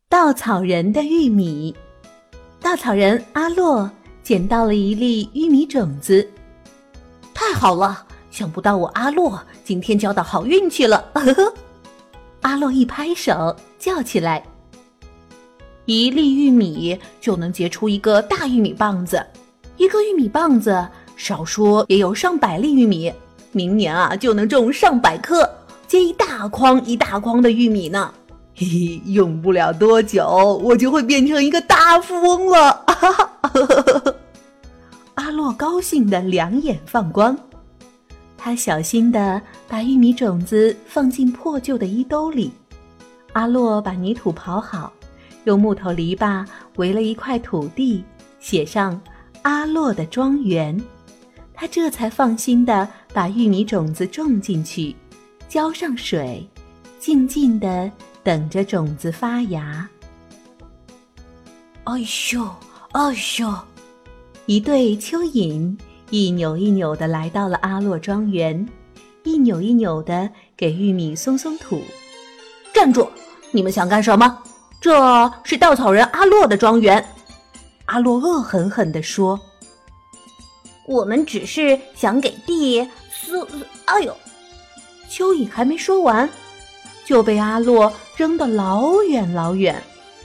稻草人的玉米。稻草人阿洛捡到了一粒玉米种子。太好了，想不到我阿洛今天交到好运气了。呵呵。阿洛一拍手叫起来，一粒玉米就能结出一个大玉米棒子，一个玉米棒子少说也有上百粒玉米，明年啊就能种上百棵，结一大筐一大筐的玉米呢。嘿嘿，用不了多久我就会变成一个大富翁了。阿洛高兴得两眼放光，他小心地把玉米种子放进破旧的衣兜里。阿洛把泥土刨好，用木头篱笆围了一块土地，写上阿洛的庄园。他这才放心地把玉米种子种进去，浇上水，静静地等着种子发芽。哎咻哎咻，一对蚯蚓一扭一扭地来到了阿洛庄园，一扭一扭地给玉米松松土。站住！你们想干什么？这是稻草人阿洛的庄园。阿洛恶狠狠地说。 我们只是想给地哎呦！ 蚯蚓还没说完，就被阿洛扔得老远老远。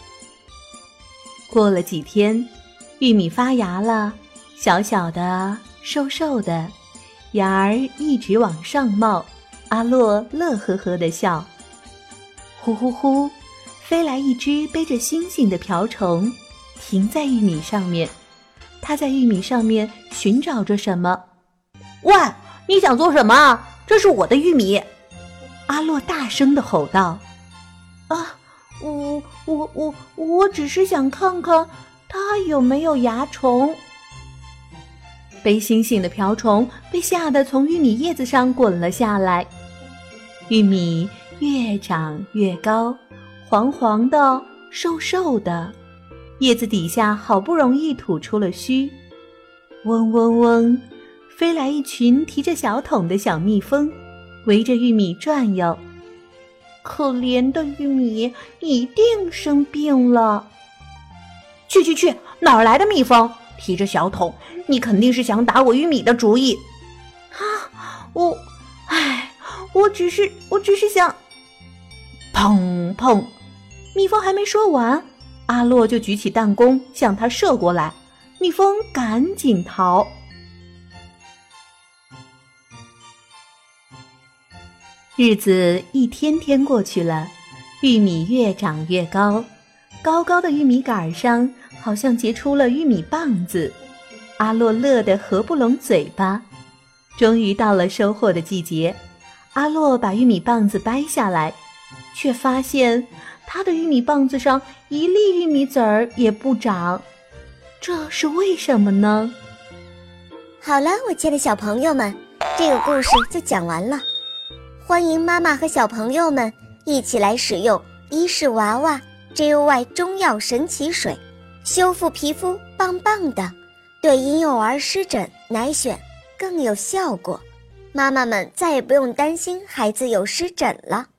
过了几天，玉米发芽了，小小的瘦瘦的，芽儿一直往上冒。阿洛乐呵呵地笑。呼呼呼，飞来一只背着星星的瓢虫，停在玉米上面。它在玉米上面寻找着什么。 喂，你想做什么啊？这是我的玉米！ 阿洛大声地吼道。啊，我只是想看看它有没有蚜虫。背星星的瓢虫被吓得从玉米叶子上滚了下来。玉米越长越高，黄黄的，瘦瘦的，叶子底下好不容易吐出了须。嗡嗡嗡，飞来一群提着小桶的小蜜蜂，围着玉米转悠。可怜的玉米一定生病了。 去，哪儿来的蜜蜂？提着小桶，你肯定是想打我玉米的主意。 我只是想……砰砰，蜜蜂还没说完，阿洛就举起弹弓向他射过来，蜜蜂赶紧逃。日子一天天过去了，玉米越长越高，高高的玉米杆上好像结出了玉米棒子。阿洛乐得合不拢嘴巴。终于到了收获的季节，阿洛把玉米棒子掰下来，却发现他的玉米棒子上一粒玉米籽儿也不长，这是为什么呢？ 好了，我亲爱的小朋友们，这个故事就讲完了。欢迎妈妈和小朋友们一起来使用伊氏娃娃 JOY 中药神奇水，修复皮肤棒棒的，对婴幼儿湿疹奶癣更有效果。妈妈们再也不用担心孩子有湿疹了。